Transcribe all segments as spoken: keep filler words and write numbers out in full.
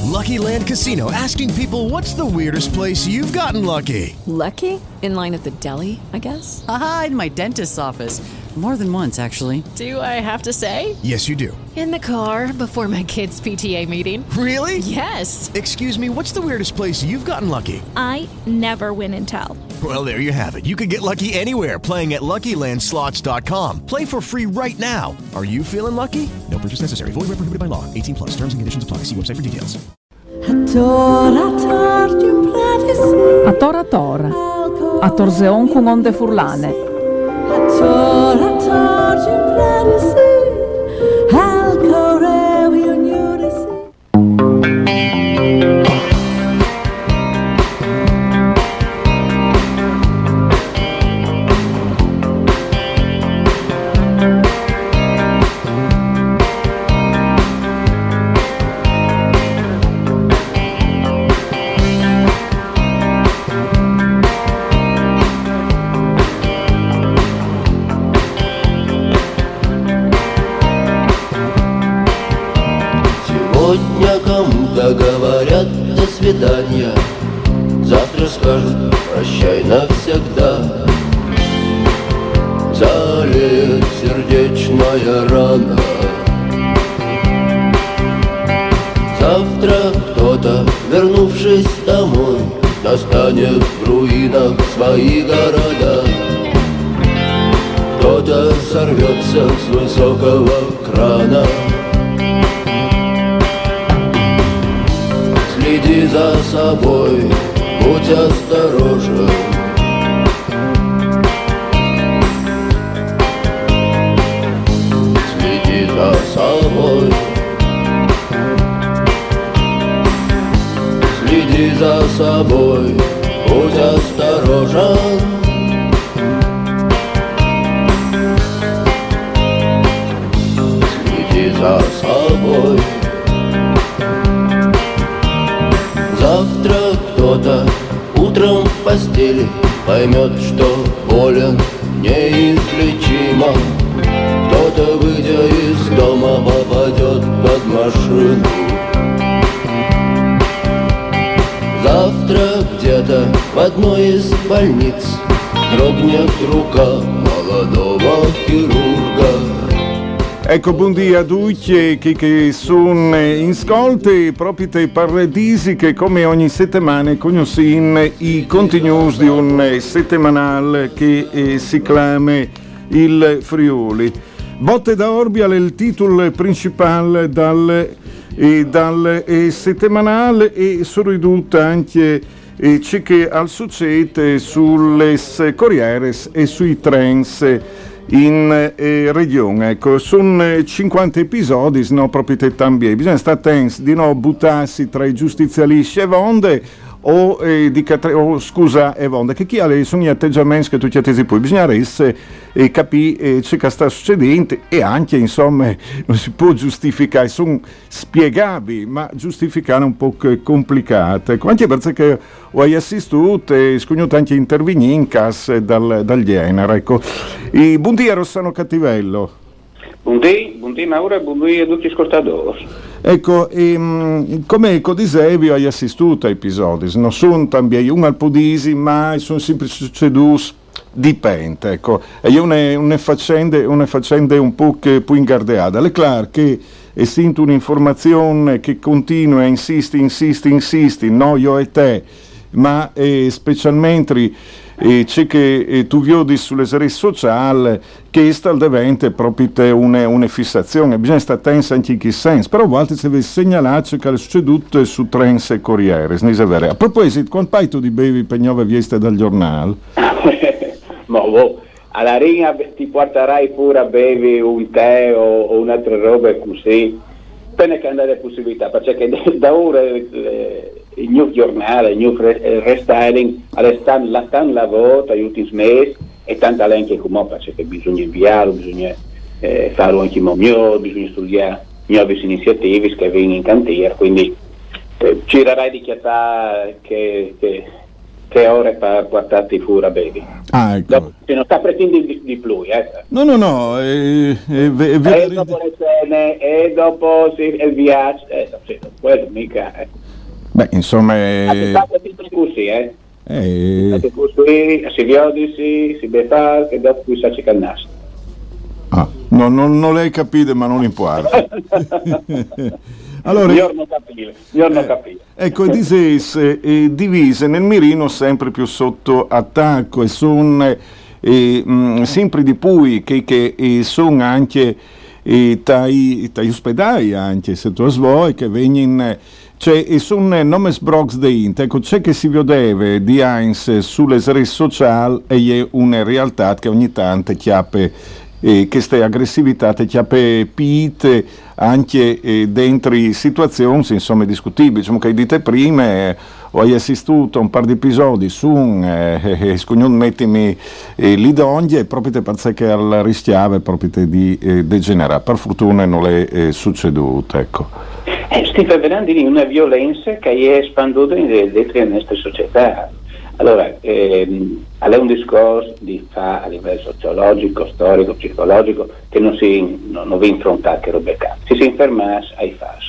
Lucky Land Casino, asking people, what's the weirdest place you've gotten lucky? Lucky? In line at the deli, I guess? Aha, in my dentist's office. More than once, actually. Do I have to say? Yes, you do. In the car before my kids' P T A meeting. Really? Yes. Excuse me, what's the weirdest place you've gotten lucky? I never win and tell. Well, there you have it. You can get lucky anywhere, playing at Lucky Land Slots dot com. Play for free right now. Are you feeling lucky? No purchase necessary. Void where prohibited by law. eighteen plus. Terms and conditions apply. See website for details. A tora tora, a torzeon con onde furlane. Говорят, до свидания. Завтра скажут прощай навсегда. Залит сердечная рана. Завтра кто-то, вернувшись домой, достанет в руинах свои города. Кто-то сорвется с высокого крана. Следи за собой, будь осторожен. Следи за собой. Следи за собой, будь осторожен. Следи за собой. Завтра кто-то утром в постели поймет, что болен неизлечимо. Кто-то, выйдя из дома, попадет под машину. Завтра где-то в одной из больниц дрогнет рука молодого хирурга. Ecco, buongiorno a tutti che, che sono in ascolto, proprio te paradisi che come ogni settimana conosciamo i contenuti di un settimanale che eh, si chiama Il Friuli. Botte da Orbial è il titolo principale dal, eh, dal eh, settimanale e sono ridotto anche eh, ciò che al succede sulle Corrieres e sui trens in eh, regione. Ecco, sono cinquanta episodi, no, proprio te también. Bisogna stare attenti di non buttarsi tra i giustizialisti e vonde o, eh, di catre- o scusa e vonde, che chi ha le, sono gli atteggiamenti che tu ci attesi poi. Bisogna essere e capire eh, ciò che sta succedendo e anche, insomma, non si può giustificare, sono spiegabili, ma giustificare è un po' complicato. Ecco, anche perché ho assistito e scognuto anche intervenire in caso dal, dal genere. Ecco. E buongiorno Rossano Cattivello. Buongiorno, buongiorno Mauro e buongiorno a tutti gli ascoltatori. Ecco, ehm, come dicevi, ho assistito a episodi, non sono también un alpodisi, ma sono sempre succeduti dipende, ecco, e io ne, ne faccende, una faccende un po' più ingardeata. È chiaro che e sento un'informazione che continua, insiste, insiste, insiste, no, io e te, ma eh, specialmente eh, c'è che eh, tu vedi sulle reti sociali che sta diventa proprio te una, una fissazione, bisogna stare attenti anche in che senso, però a volte si vede segnalato che è succeduto su trens e corriere, a proposito, quando poi tu di bevi per nuove vieste dal giornale? Ma oh, alla ringa ti porterai pure a bevi un tè o, o un'altra roba così, appena che andate possibilità, perché da ora eh, il new giornale, il new restyling, stanno tan lavoro agli ultimi mesi e tanta anche come perché bisogna inviarlo, bisogna eh, farlo anche in momento, bisogna studiare nuove iniziative che vengono in cantiere, quindi eh, ci darai di chiattare che, che che ore per portarti fuori a bevi. Ah, ecco. Dopo, se non sta pretendendo di, di più, eh. No, no, no, e, e, e, e dopo le cene, e dopo sì, il viaggio, eh, sì, quello mica, eh. Beh, insomma... È... È stato sempre così, eh. Eh... È stato così, si viodisi, si befar, che dopo qui sa ci cannasta. Ah, no, non, non l'hai capito, ma non importa. Allora, io non capivo, io non capivo. Ecco, disese, eh, divise nel mirino sempre più sotto attacco e sono eh, mh, sempre di più che, che eh, sono anche eh, dai ospedali, anche se tu vuoi, che vengono, cioè, e sono nomes brox de int, ecco, c'è che si vedeva di Heinz sulle reti sociali e è una realtà che ogni tanto chiappe eh, queste aggressività ti chiappe pite anche eh, dentro situazioni insomma discutibili, diciamo che dite prima eh, ho assistito a un par di episodi su un eh, eh, scognone mettimi eh, lì d'ogni proprio perché al rischiava proprio di eh, degenerare, per fortuna non è eh, succeduto, ecco. Eh, stiamo vedendo di una violenza che è espanduta dentro la nostra società. Allora, ehm, è un discorso di fa a livello sociologico, storico, psicologico, che non si non, non vi infrontare che robe cazzo. Si si infermasse ai fas.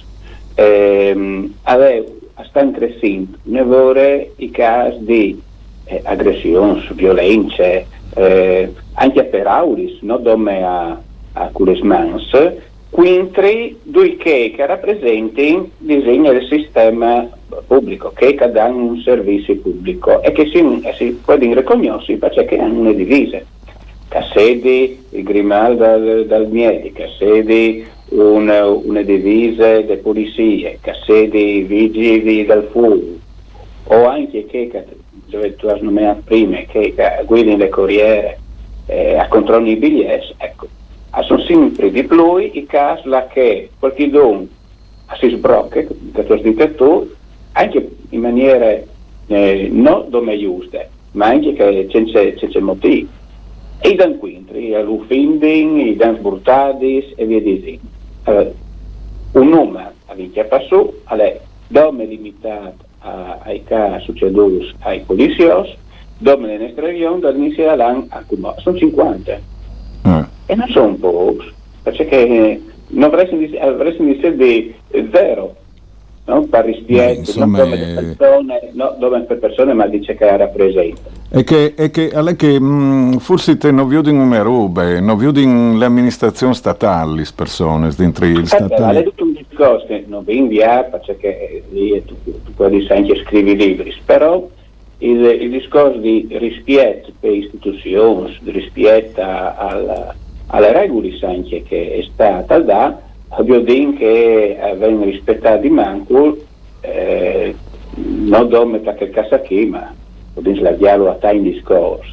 Ehm, stanno crescendo nevore i casi di eh, aggressioni, violenze, eh, anche per auris, no? Dome a, a culesmans, quintri due che, che rappresentano disegno del sistema pubblico, che danno un servizio pubblico e che si, si può riconoscere perché hanno una divisa. Che sedi il grimal dal, dal medico, che sedi una, una divisa delle polizie, che sedi i vigili del fuoco, o anche che, che dove tu hai nominato prima, che, che guidano le corriere eh, a controllare i biglietti, ecco. Sono sempre di più i casi là che qualcuno si sbrocca, che tu hai detto tu, anche in maniera eh, non come giusta, ma anche che c'è, c'è motivo. E i dan quintri, i offending, i dan sburtadis e via di allora, un numero che passò è dome limitato a, ai casi succeduti ai poliziosi, dome nella nostra regione dall'inizio dell'anno a Cumò. Sono cinquanta. Mm. E non sono pochi, perché non avresti iniziato di zero. No? Per rispetto, non come persone, no, dove per persone, ma dice che rappresenta. E che, è che, è che mh, forse te non vedo una roba, non vedo l'amministrazione statale, le persone dentro il statale. È tutto un discorso che non vi inviare, perché lì tu, tu puoi anche scrivi libri, però il, il discorso di rispetto per le istituzioni, di rispetto alla, alle regole anche che è stata da voglio dire che vengono rispettati manco eh, non dome perché casa qui ma voglio slaviarlo a tal discorso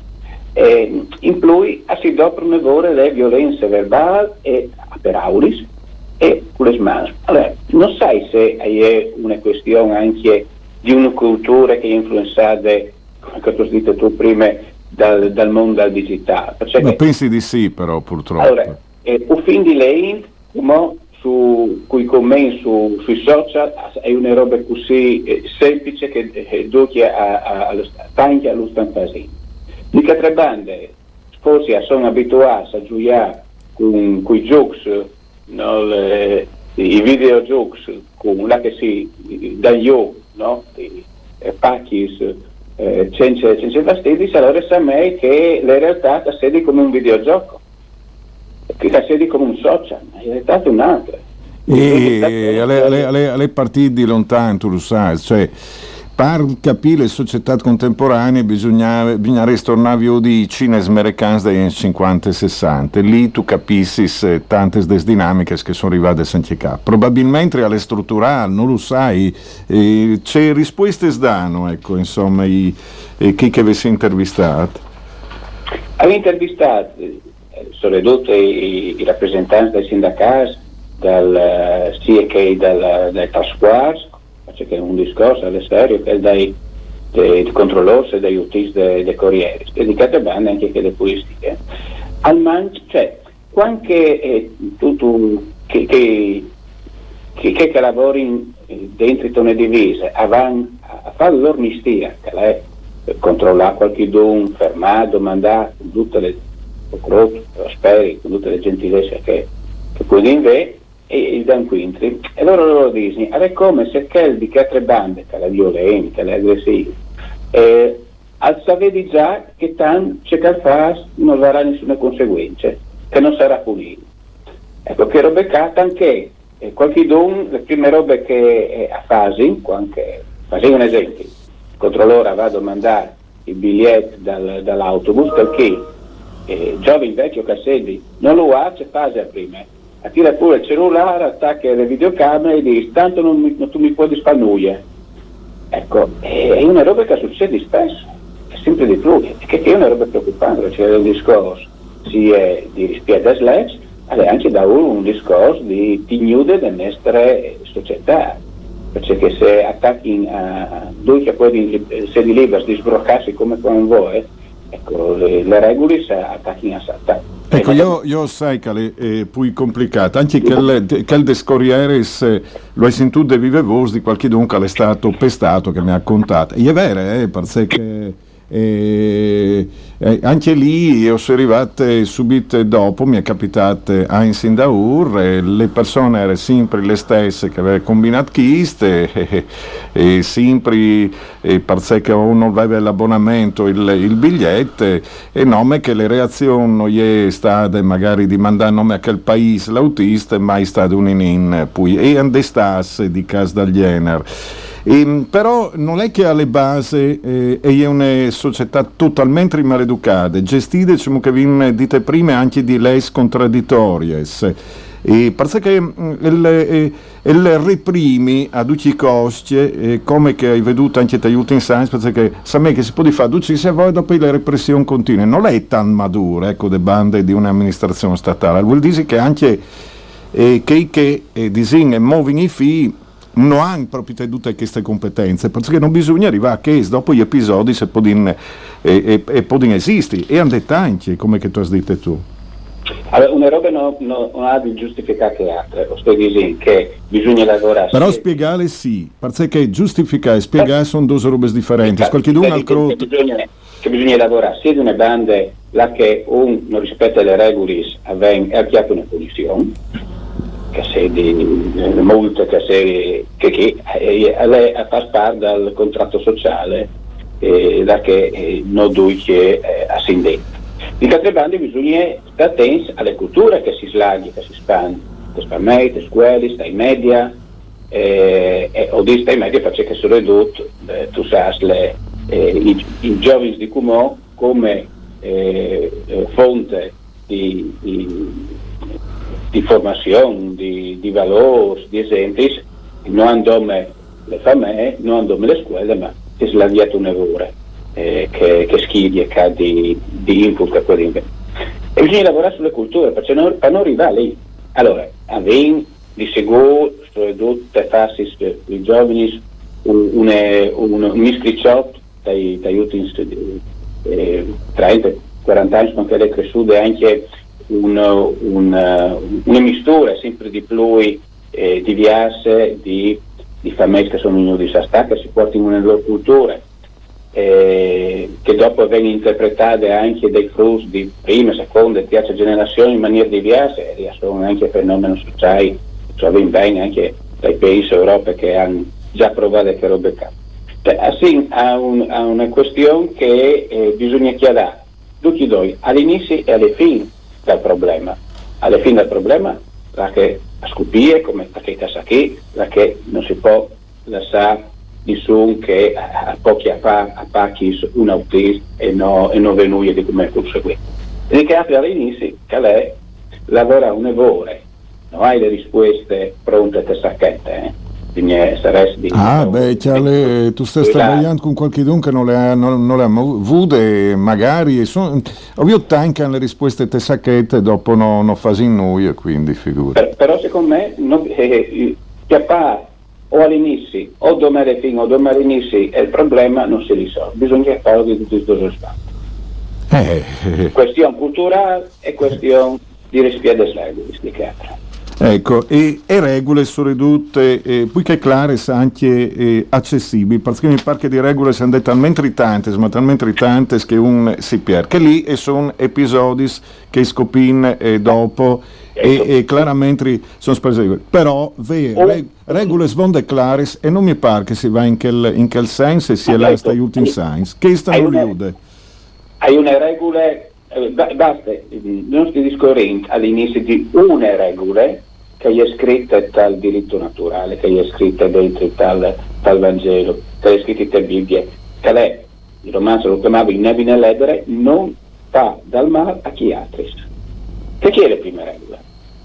e in più si doprono le violenze verbali e per auris e con le mani. Allora non sai se è una questione anche di una cultura che è influenzata come tu hai detto tu prima dal, dal mondo del digitale. Ma pensi di sì però purtroppo. Allora eh, o fin di lei come su cui commenti su, sui social è una roba così eh, semplice che eh, duce allo tanti allo stantasino. Di che tre bande forse sono abituati a giocare con i giochi, no, le, i videogiochi con la che si da io, no, i eh, pacchi eh, senza, senza fastidi, allora sa me che la realtà si sedi come un videogioco. Che si come un social, ma in realtà è un'altra. E alle partite di lontano, tu lo sai, cioè per capire le società contemporanee bisogna, bisogna ristornare di cines americani degli anni cinquanta e sessanta, lì tu capissi tante des dinamiche che sono arrivate senza capo. Probabilmente alle strutturali, non lo sai, eh, c'è risposte sdanno, ecco, insomma, i, i, chi che avessi intervistato. Avevo intervistato sono ridotti i, i rappresentanti dei sindacati, dal, sia che dal, dai task force, perché è un discorso alle serio, che dai dei controllori e dai utenti dei, dei corrieri, dedicate a bande anche che le politiche. Al man, cioè, quando eh, tu, tu che, che, che, che lavori dentro le divise, avanti a fare l'ormistia, che è controllare qualche don, fermare, domandare con tutte le prosperi, con tutte le gentilezze che, che può dire e il dan quintri. E loro loro dicono, è come se quel di che altre bande, che le violente, che le aggressive, eh, al sapere già che tanto c'è che fa non avrà nessuna conseguenza, che non sarà punito. Ecco, che robe cata anche eh, qualche don, le prime robe che eh, a fasi, anche, fasi un esempio, il controllore va a domandare il biglietto dal, dall'autobus perché eh, giovane vecchio che sedi non lo ha, c'è fase a prima, attira pure il cellulare, attacca le videocamere e dice tanto non, mi, non tu mi puoi dispannuire. Ecco, è una roba che succede spesso, è sempre di più, e che è una roba preoccupante, c'è il discorso sia di rispetto sledge, ma anche da un, un discorso di tignude delle nostre società, perché se attacchi a due che poi se di liberi di sbroccarsi come con voi, ecco, le, le regole si attacchino a saltare. Ecco, io, io sai che è più complicato, anche che il, che il Descorrieres lo hai sentito vive voce di qualche dunque è stato pestato che mi ha contato. E è vero, eh, perché eh, eh, anche lì io sono arrivato subito dopo, mi è capitato a in Sindaur, e le persone erano sempre le stesse che avevano combinato chiste, e, e sempre e perché uno aveva l'abbonamento, il, il biglietto, e nome che le reazioni non è state magari di mandare nome a quel paese l'autista, mai stato un in poi e andestasse di casa dal genere. E, però non è che alle basi eh, è una società totalmente maleducata, gestita, diciamo che vi dite prima, anche di lei contraddittorie, e perché il, il reprimi a tutti i costi, eh, come che hai veduto anche ti aiuta in scienza, perché sa me che si può fare tutti se voi dopo la repressione continua non è tan madura, ecco, le bande di un'amministrazione statale, vuol dire che anche eh, che, che eh, disegna e muovono i figli non hanno proprio tutte queste competenze, perché non bisogna arrivare a che dopo gli episodi se podin, e, e, e podin esisti e hanno detto anche come che tu hai detto tu. Allora, una roba non, non, non ha di giustificare altre, o sto dicendo che bisogna lavorare. Però se... spiegare sì, perché giustificare e spiegare sono due robe differenti. Qualcuno al crot... che, bisogna, che bisogna lavorare sia di una banda là che un non rispetta le regole e ha chiamato una punizione, che se di eh, multe, che se che, che eh, lei fa parte dal contratto sociale eh, da che eh, non duce eh, a sindetto. In altre bande bisogna stare attenti alle culture che si slaghi, che si spanno, che spammei, che scuole, stai media, eh, eh, o di stai media perché sono ridotto, eh, tu sai, le, eh, i, i giovani di Cumò come eh, eh, fonte di, di di formazione, di, di valori, di esempi, non hanno le famiglie, non hanno le scuole, ma si è slaviato un lavoro eh, che, che schiglia, che di, di input che può dire. E bisogna lavorare sulle culture, perché non, per non arrivare lì. Allora, avendo di sicuro, tutte fassi, i giovani, un, un, un, un iscriziotto dai, dai ultimi eh, trenta quaranta anni, ma che è cresciuto anche Un, un, una mistura sempre di più eh, diverse di, di famiglie che sono in disastà, che si portano nelle loro culture, eh, che dopo vengono interpretate anche dai frutti di prima, seconda e terza generazione in maniera diversa, e sono anche fenomeni sociali che vengono bene anche dai paesi europei che hanno già provato che robe qua. Cioè, assim, ha, un, ha una questione che eh, bisogna chiarire tutti noi all'inizio e alle fine del problema. Alla fine del problema la che a scupire come la sa che la che non si può lasciare nessuno che a, a pochi a fa a pacchi un autista e no e non venuti di come conseguire. E che apre all'inizio che lei lavora un evore, non hai le risposte pronte a te sacchette, eh? Di ah beh le, tu stai sbagliando con qualche dunque non le ha non, non le avute magari sono, ovvio tancano le risposte te sacchette dopo non no fasi in noi e quindi figura per, però secondo me non, eh, eh, o all'inizio o domani fino o domani all'inizio il problema non si risolve, bisogna fare di tutti i due risparmi. Eh. Questione culturale e questione di rispetto delle regole di che Ecco, e, e regole sono ridotte, eh, poi che clare anche eh, accessibili, perché mi pare che di regole siano talmente tante, ma talmente tante che un si perde, che lì e sono episodi che scopin eh, dopo e, e chiaramente sono spese, però ve, re, regole svonde clares e non mi pare che si va in quel, in quel senso e sia là sta ultim science, che stanno riude. Hai una regole, eh, basta, non si discorre all'inizio di una regole che è scritta dal diritto naturale, che è scritta dentro tal, tal Vangelo, che è scritta dal Bibbia, che è, il romanzo lo chiamava il Nevi nell'edere, non fa dal male a chi altri. Che chi è la prima regola?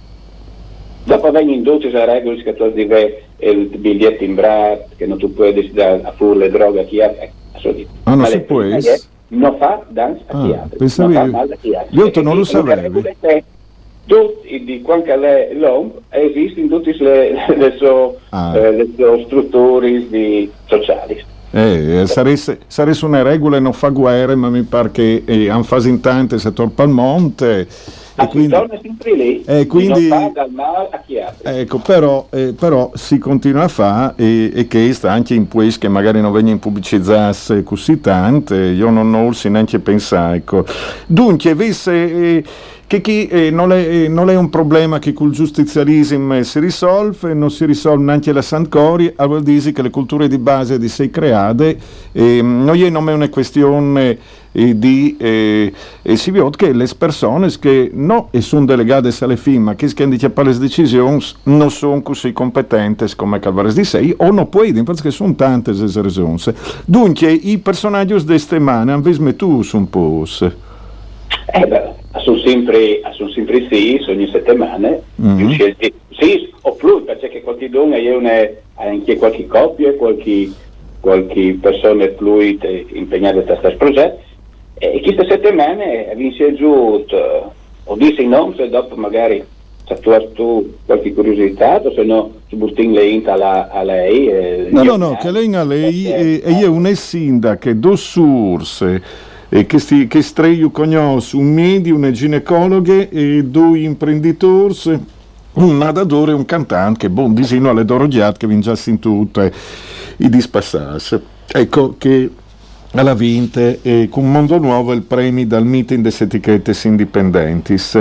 Dopo vengono indotte le regole che tu devi il biglietto in braccio, che non tu puoi decidere a fare le droghe a chi altri. Ah, non si può? Non fa danza a chi altri. Pensavi, non fa male a chi altri. Io non lo sapevo. Tutti di quanto è l'uomo esistono in tutte le, le sue ah. eh, strutture di, sociali. Eh, saresse, saresse una regola non fa guerre, ma mi pare che eh, hanno fatto in tante se torpa al monte. E quindi, torna sempre lì, eh, quindi, non fa dal male a chi altri. Ecco, però, eh, però si continua a fare e, e che sta anche in pues che magari non vengono pubblicizzasse così tante, io non ho neanche pensato. Ecco. Dunque, visse... Eh, che chi, eh, non, è, eh, non è un problema che col giustizialismo si risolve, non si risolve neanche la Sancori, a vuol dire che le culture di base di sei create, eh, non è, non è una questione eh, di eh, eh, si vede che le persone che no e sono delegate alle F I M, ma che hanno di chiappare le decisioni non sono così competenti come Calvares di sei, o non puoi, perché sono tante le ragioni. Dunque, i personaggi di queste mani hanno visto tu un po'. Eh beh, sono sempre, sono sempre sì, ogni settimana, mm-hmm. sì, o più, perché qualcuno ha anche qualche coppia, qualche, qualche persona più impegnata in questo progetto, e questa settimana vince giù, o dice i nomi, e dopo magari se tu hai tu qualche curiosità, o se no tu butti le alla, a lei. Eh, no, no, no, che lei a lei e è una sindaca, due source, e che, sti, che io conosco un medico, una ginecologa e due imprenditori, un nadadore e un cantante che buon disegno alle dorogiate che vinciasse in tutte i dispassasse. Ecco che alla vinte e con Mondo Nuovo il premio dal meeting delle etichette indipendentes.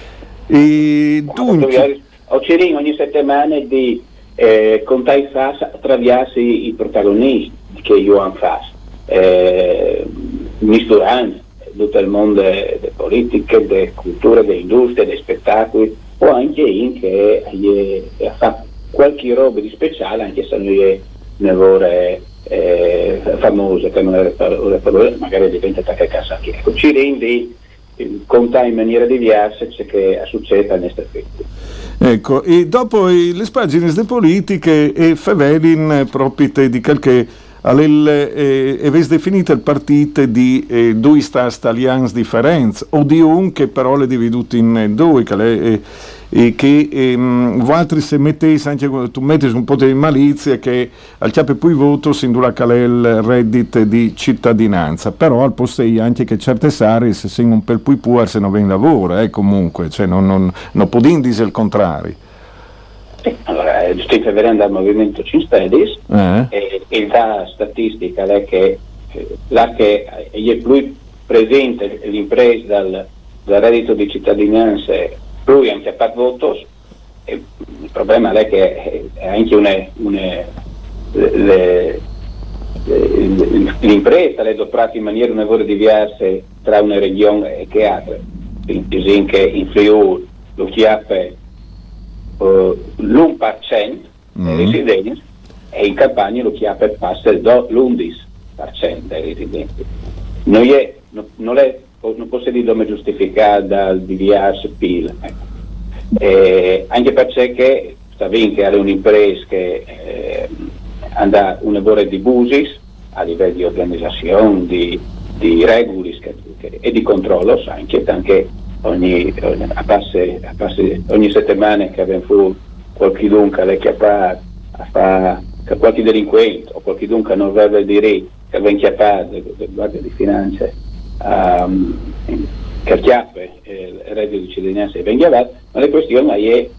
E dunque ho cercato ogni settimana di eh, contare attraverso i protagonisti che io ho fatto. Eh, misturando tutto il mondo delle politiche, delle culture, delle industrie, dei spettacoli, o anche in che ha fatto qualche roba di speciale, anche se non è una eh, famosa, che non è magari diventa anche casa che ecco, ci rendi contare in maniera diversa ciò che succede a questo effetto. Ecco, e dopo eh, le pagine delle politiche e Fevelin proprio di qualche e eh, avete definito il partito di eh, due stati allianze differenti o di un che però le dividuto in due che, le, eh, eh, che eh, altri se mettesi anche tu metti un po' di malizia che al chiappe poi voto sin dura il reddito di cittadinanza, però al posto anche che certe aree se sono un po' più puer se non viene lavoro eh, comunque cioè non, non, non può dire il contrario. Allora, stai vedendo al Movimento cinque Stelle eh. e, e la statistica è che là che è più presente l'impresa dal, dal reddito di cittadinanza più anche per votos e il problema è che è anche una, una le, le, l'impresa è doprata in maniera una volta diversa tra una regione e che altre, quindi che in Friuli lo chiappe Uh, l'uno per cento dei mm-hmm. residenti e in Campania lo chiama passa l'undici per cento dei residenti. Non è, non, non, è, non posso dire come giustificare dal D V S P I L, ecco. eh, anche perché sta bene che è un'impresa che eh, ha un lavoro di busis a livello di organizzazione, di, di regoli e di controllo, anche anche Ogni, ogni, a passe, a passe, ogni settimana che abbiamo fu qualche dunque le chiappare a fa, che qualche delinquente o qualche dunque non aveva il diritto che venga chiappato del guardia di finanza um, che chiappe il reddito di cittadinanza e venga chiappato, ma la questione è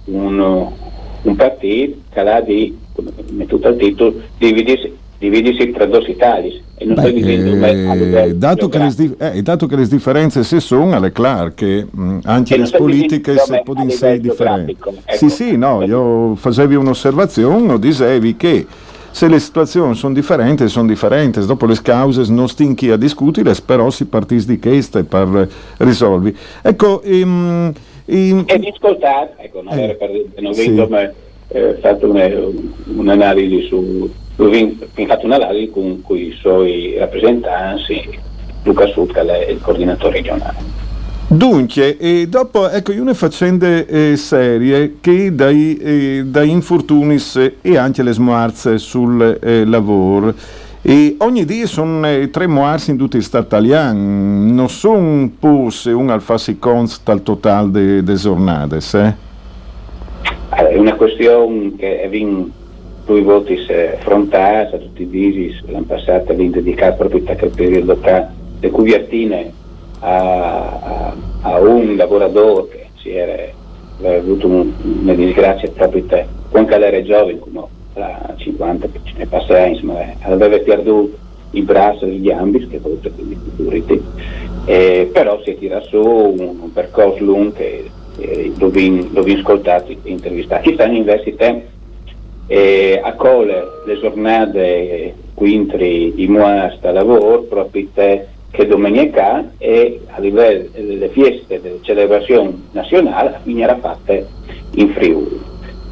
un, un partito che ha di, come mettuto il titolo, dividersi, dividersi tra due Italie. E non Beh, sto dicendo eh, dato, che le, eh, dato che le differenze si sono, è chiaro che mh, anche e le politiche si possono essere differenti. Ecco. Sì, sì, no, io facevi un'osservazione, dicevi che se le situazioni sono differenti, sono differenti, dopo le cause non stinchi a discutere, però si partì di queste per risolvi. Ecco, ehm, ehm, e di ascoltare, ecco, non, eh, per, non sì. come eh, fatto una, un'analisi su, ho fatto un'analisi con, con i suoi rappresentanti, Luca Succa, il coordinatore regionale. Dunque, e dopo, ecco, io ne faccende eh, serie che dai, eh, dai infortunis e anche le smoarze sul eh, lavoro. E ogni dia sono eh, tre moarsi in tutti gli stati italiani, non sono pose un alfassi const al totale de, de giornate, eh? Allora, è una questione che è vinta due voti affrontata, tutti i visi l'anno passato l'hanno dedicato proprio a quel periodo le cuvertine a, a, a un lavoratore che si era, aveva avuto un, una disgrazia proprio te, quando era giovane, come a cinquanta ne passa, insomma, aveva perduto i bracci e gli gambi, che poi quindi eh, però si è tirato su un, un percorso lungo che eh, l'ho ascoltato e intervistato. Chi sta in università eh, a cole le giornate quintri i mois sta lavoro proprio te che domenica e a livello delle feste delle celebrazioni nazionali era fatta in Friuli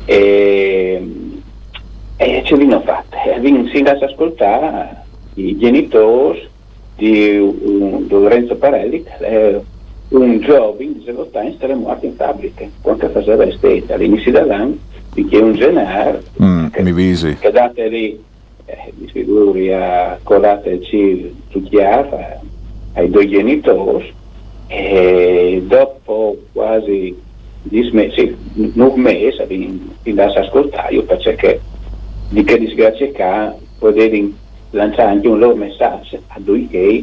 e, e ce l'hanno fatta e si lascia ascoltare i genitori di un, di Lorenzo Parelli che è un giovane di diciotto anni era morto in fabbrica quando faceva estate all'inizio dell'anno di che un genere mm, che, mi visi che date lì eh, di figuri a colate il cibo su chiara ai due genitori e dopo quasi dieci mesi, nove mesi mi lascio ascoltare io perché di che disgrazia che potevi lanciare anche un loro messaggio a due che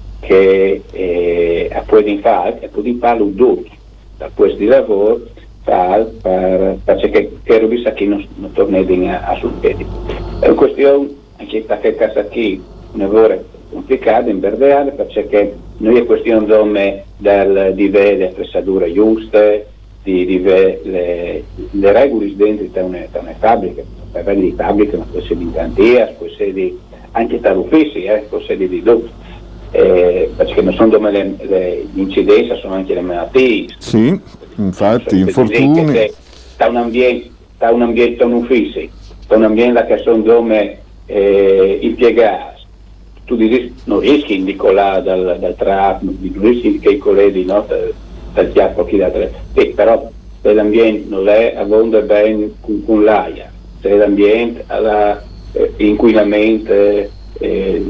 che eh, a poi fare e poi farlo tutti da questo di lavoro per, per, perché che rubissa che non, non tornati a, a sul piedi è una questione anche perché casa qui un lavoro complicato in verdeale perché non è questione come del, di avere le attrezzature giuste di, di avere le, le regole dentro da una, da una fabbrica per avere di fabbriche ma può essere di cantiere può essere di, anche da uffici eh, può essere di tutto eh, perché non sono come le, le incidenze sono anche le malattie sì, infatti, infortuni da un ambiente da un ambiente un ufficio da un ambiente che sono come eh, impiegati tu dici non rischi di colare dal, dal trap non rischi che i colleghi no, dal, dal chiappo chi da tre eh, però se l'ambiente non è abbonda ben con, con l'aria se l'ambiente ha eh, inquinamento eh,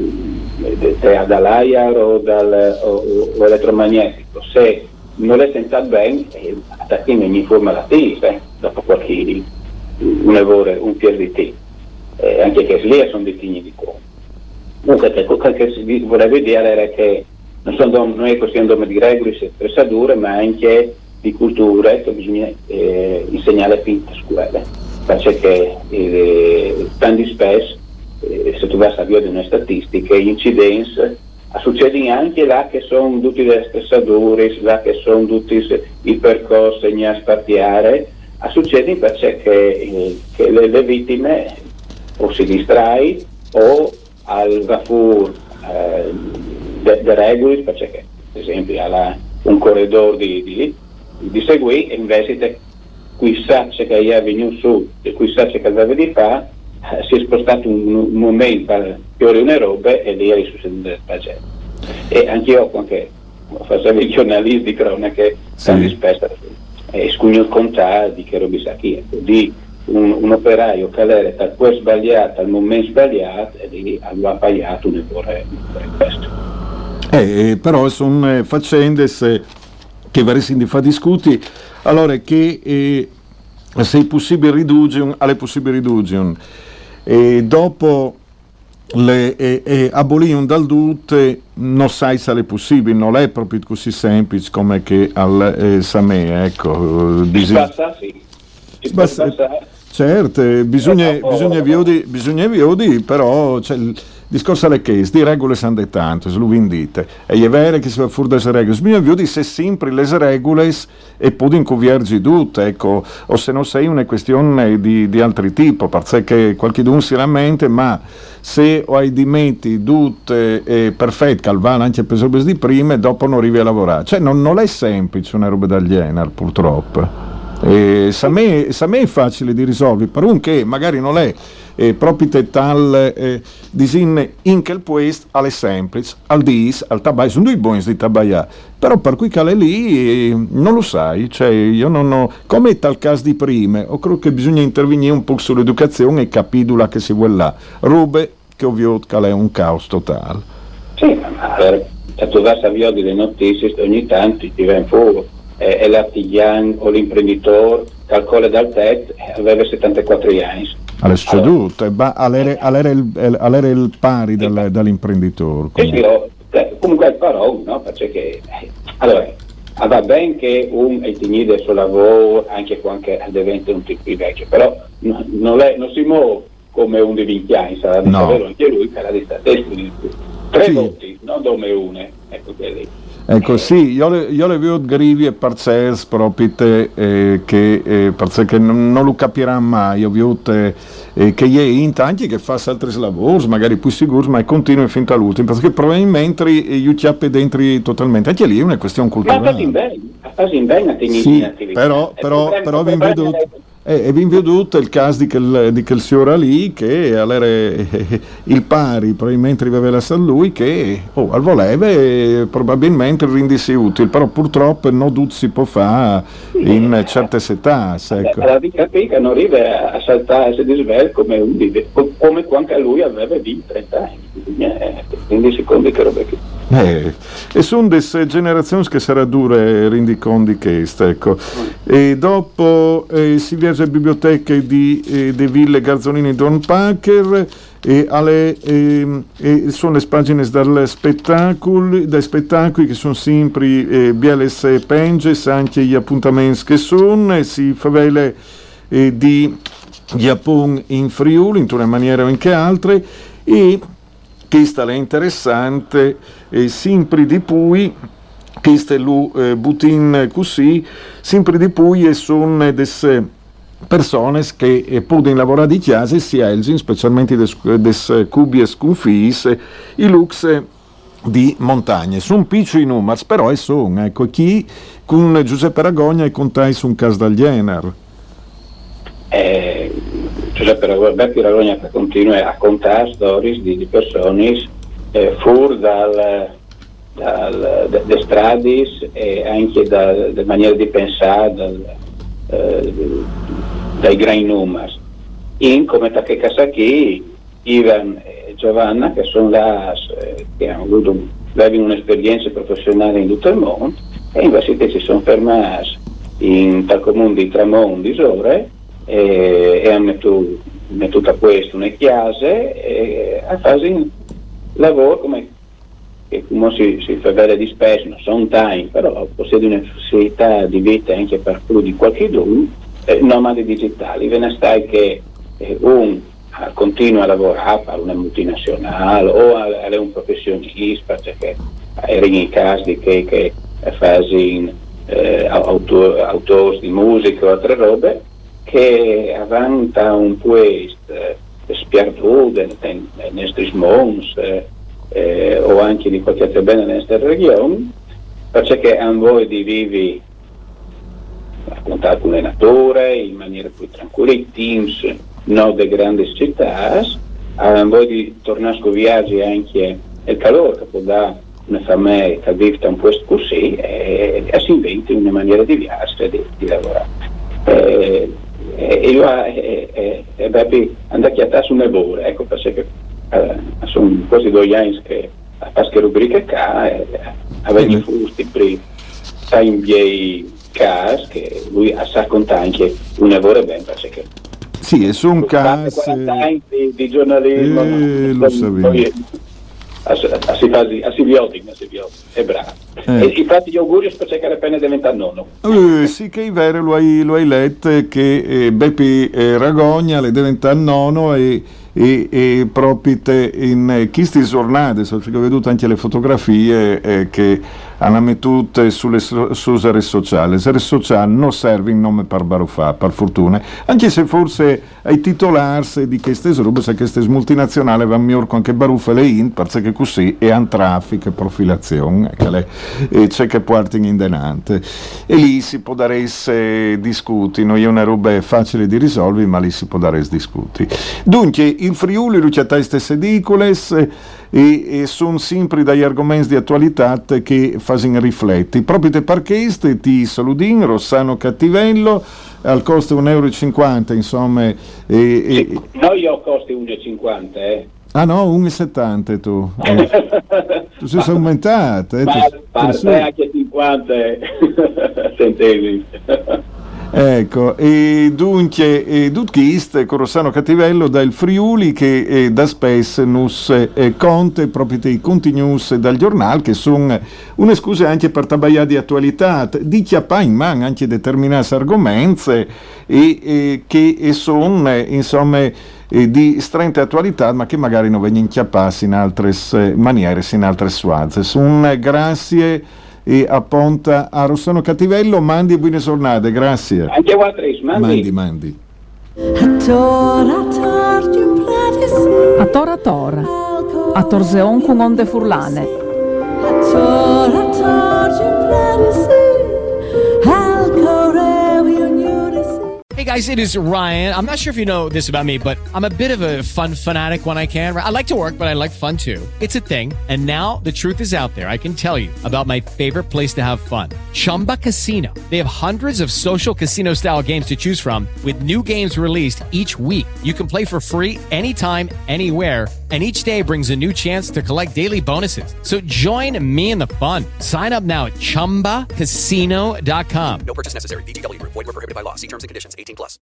dall'aria o, dal, o, o elettromagnetico se non è sentato bene eh, attacchiamo ogni forma malattia eh, dopo qualche un lavoro un pier di te eh, anche che lì sono dei tigni di cuore comunque quel che si vorrei vedere era che non, sono, non è questione di regole e attrezzature ma anche di culture che bisogna eh, insegnare finte a scuola perché eh, tanti spesso eh, se tu vai a vedere una statistica gli incidenti succedono anche là che sono tutte le attrezzature là che sono tutti i percorsi a spartiare a succede perché eh, che le, le vittime o si distrae o al gafur eh, de, de regole perché ad esempio ha un corridore di, di, di seguire e invece qui sa che è venuto su e qui sa che aveva di fare eh, si è spostato un, un momento per fiore una roba e lì è succeduto il paese e anche io quando facevo i giornalisti di cronaca sì. Tanti spesso e scugno contare di che roba sa chi di Un, un operaio che era da poi sbagliato al momento sbagliato e lì aveva pagato un errore questo. Eh, però sono eh, faccende se, che varesi di fa discuti allora che eh, se è possibile ridurre alle possibili ridurre e dopo le eh, eh, abolizione dal dute non sai se è possibile non è proprio così semplice come che al eh, Samè ecco di passa sì Ma se, certo, bisogna, bisogna viodi, bisogna viodi, però c'è il discorso alle che di regole san de tanto, se lo vendite, e è vero che si va fuori dalle regole, bisogna viodi se sempre le regole e poi incuviergi tutte, ecco, o se non sei una questione di, di altri tipo, perché qualcuno si lamenta, ma se hai di metti tutte eh, perfette, calvano anche per robe di prima, e dopo non arrivi a lavorare, cioè non, non è semplice una roba del genere, purtroppo. E sa me, sa me è facile di risolvere, per un che magari non è eh, proprio tal eh, disin in quel puesto alle semplice, al dis, al tabai, sono due buoni di tabaia, però per cui cale lì eh, non lo sai, cioè io non ho, come è tal caso di prima, o credo che bisogna intervenire un po' sull'educazione e capire che si vuole là, robe che ovvio che è un caos totale. Sì, ma se tu vai a vedere delle notizie ogni tanto ti va in fuoco. E l'artigiano o l'imprenditore calcola dal tetto aveva settantaquattro anni. Alle sedute, allora, all'era il, all'era il pari del, dall'imprenditore. Sì, sì, oh, comunque è parole, no? Perché allora va bene che un è finito il suo lavoro anche quando diventa un tipo di vecchio, però no, non, è, non si muove come un di venti anni, sarà di no. Sapere anche lui che la di tre sì. Voti, non come une, ecco che lì. Ecco sì, io le, io le vedo grivi e parzers proprio eh, che eh, perché non, non lo capiranno mai, ovviamente eh, che gli intanti che fa altri lavori, magari più sicuri, ma continua fino all'ultimo, perché probabilmente io chiappe dentro totalmente, anche lì è una questione culturale. Ma fasi bene, fasi bene a tenere sì, però, però, però vi vedo Eh, e vi veduto il caso di quel, di quel signore lì che allora eh, il pari probabilmente aveva la sa lui che oh, al voleva e probabilmente rindisi utile, però purtroppo non tutto si può fare in certe età, ecco. La vita che non arriva a saltare e disvel come un vive, come quando lui aveva venti trenta anni, quindi secondo che roba che Eh, e sono delle generazioni che sarà dure rendicondi che ecco. E dopo eh, si viaggia alle biblioteche di eh, De Ville Garzolini e Don Packer e alle, eh, e sono le pagine dal spettacolo, dai spettacoli che sono sempre eh, bieles e penges, anche gli appuntamenti che sono, e si favele eh, di Giappone in Friuli in una maniera o in che altre, e questa è interessante, e sempre di più, questo è il eh, butin così, sempre di più e sono delle persone che eh, possono lavorare di chiesa e si elgin, specialmente delle cubi e sconfis, i lux di montagne. Sono piccoli numeri, però è sono, ecco, chi con Giuseppe Ragogna e contai su un caso del genere. Eh, Giuseppe Ragogna continua a contare storie di, di persone eh, fuori dal, dal, de, de stradis e anche da, da maniera di pensare dal, eh, dai grandi numeri. In come Takekasaki, Ivan e Giovanna, che sono là, eh, che hanno avuto un'esperienza professionale in tutto il mondo, e invece si sono fermati in tal comune di Tramonti di Sore e, e hanno messo, messo a questo una chiesa e a fare un lavoro come, che come si, si fa vedere di spesso, non sono tanti, però possiede una facilità di vita anche per più di qualche giorno, eh, nomadi digitali. Ve ne stai che eh, un continua a lavorare per una multinazionale o è un professionista, perché erano i casi che, che fanno eh, autor, autori di musica o altre robe, che avanza un puesto eh, spiarduto nei nostri mons eh, eh, o anche di qualche altra bene nella nostra regione, perché a voi di vivi a contatto con le nature in maniera più tranquilla, i teams non delle grandi città, a voi di tornare a viaggi anche il calore che può dare una famiglia che vive un posto così e, e si inventa una maniera diversa di, di lavorare. E, e io e, e, e andare a chiattare su nevore, ecco perché eh, sono quasi due anni che a queste rubriche qua e avevo fusti per stare in miei casi che lui sa contare anche un lavoro bene perché sì, è su un caso di, di giornalismo eh, lo sapevo. a, a si fa a si viodi, a si viodi, è bravo. Eh. E infatti gli auguri per cercare appena diventare nonno. Uh, sì, che è vero, lo hai, lo hai letto che eh, Beppi eh, Ragogna le diventa nonno e e, e proprio in eh, queste giornate, so, ho veduto anche le fotografie eh, che hanno mettute sulle so, su reti sociali. Le reti sociali non servono nome per baruffà, per fortuna, anche se forse ai titolarsi di queste robe, se queste multinazionali vanno miglior con che baruffe le in, perché così è un traffico e profilazione che le, e c'è che portano in denante. E lì si può dare se discuti, non è una roba facile di risolvere, ma lì si può dare discuti. Dunque, il Friuli rucciata stesse edicoles e, e sono sempre dagli argomenti di attualità che fanno rifletti. Proprio te parcheste ti Saludin, Rossano Cattivello, al costo un euro e cinquanta, insomma. E, e... Sì, no, io ho costi uno e cinquanta, eh. Ah no, uno e settanta tu. Eh. Tu sei aumentato. Eh, ma tu, parte tu anche cinquanta centesimi. Ecco, e dunque, e Dutchist, con Rossano Cattivello dal Friuli che eh, da spesso nus eh, conte proprio dei continuous dal giornale che sono una scusa anche per tabagliare di attualità, di chiappare in mano anche determinati argomenti e, e che e sono insomma eh, di stretta attualità ma che magari non vengono inchiappati in altre eh, maniere, in altre suaze. Un grazie e appunta a Rossano Cattivello, mandi e buone giornate, grazie. Anche a Guatrice, mandi. Mandi, mandi. A tora tora, a torzeon con onde furlane. Hey guys, it is Ryan. I'm not sure if you know this about me, but I'm a bit of a fun fanatic when I can. I like to work, but I like fun too. It's a thing. And now the truth is out there. I can tell you about my favorite place to have fun. Chumba Casino. They have hundreds of social casino style games to choose from with new games released each week. You can play for free anytime, anywhere. And each day brings a new chance to collect daily bonuses. So join me in the fun. Sign up now at chumba casino dot com. No purchase necessary. V G W. Void where prohibited by law. See terms and conditions. eighteen plus.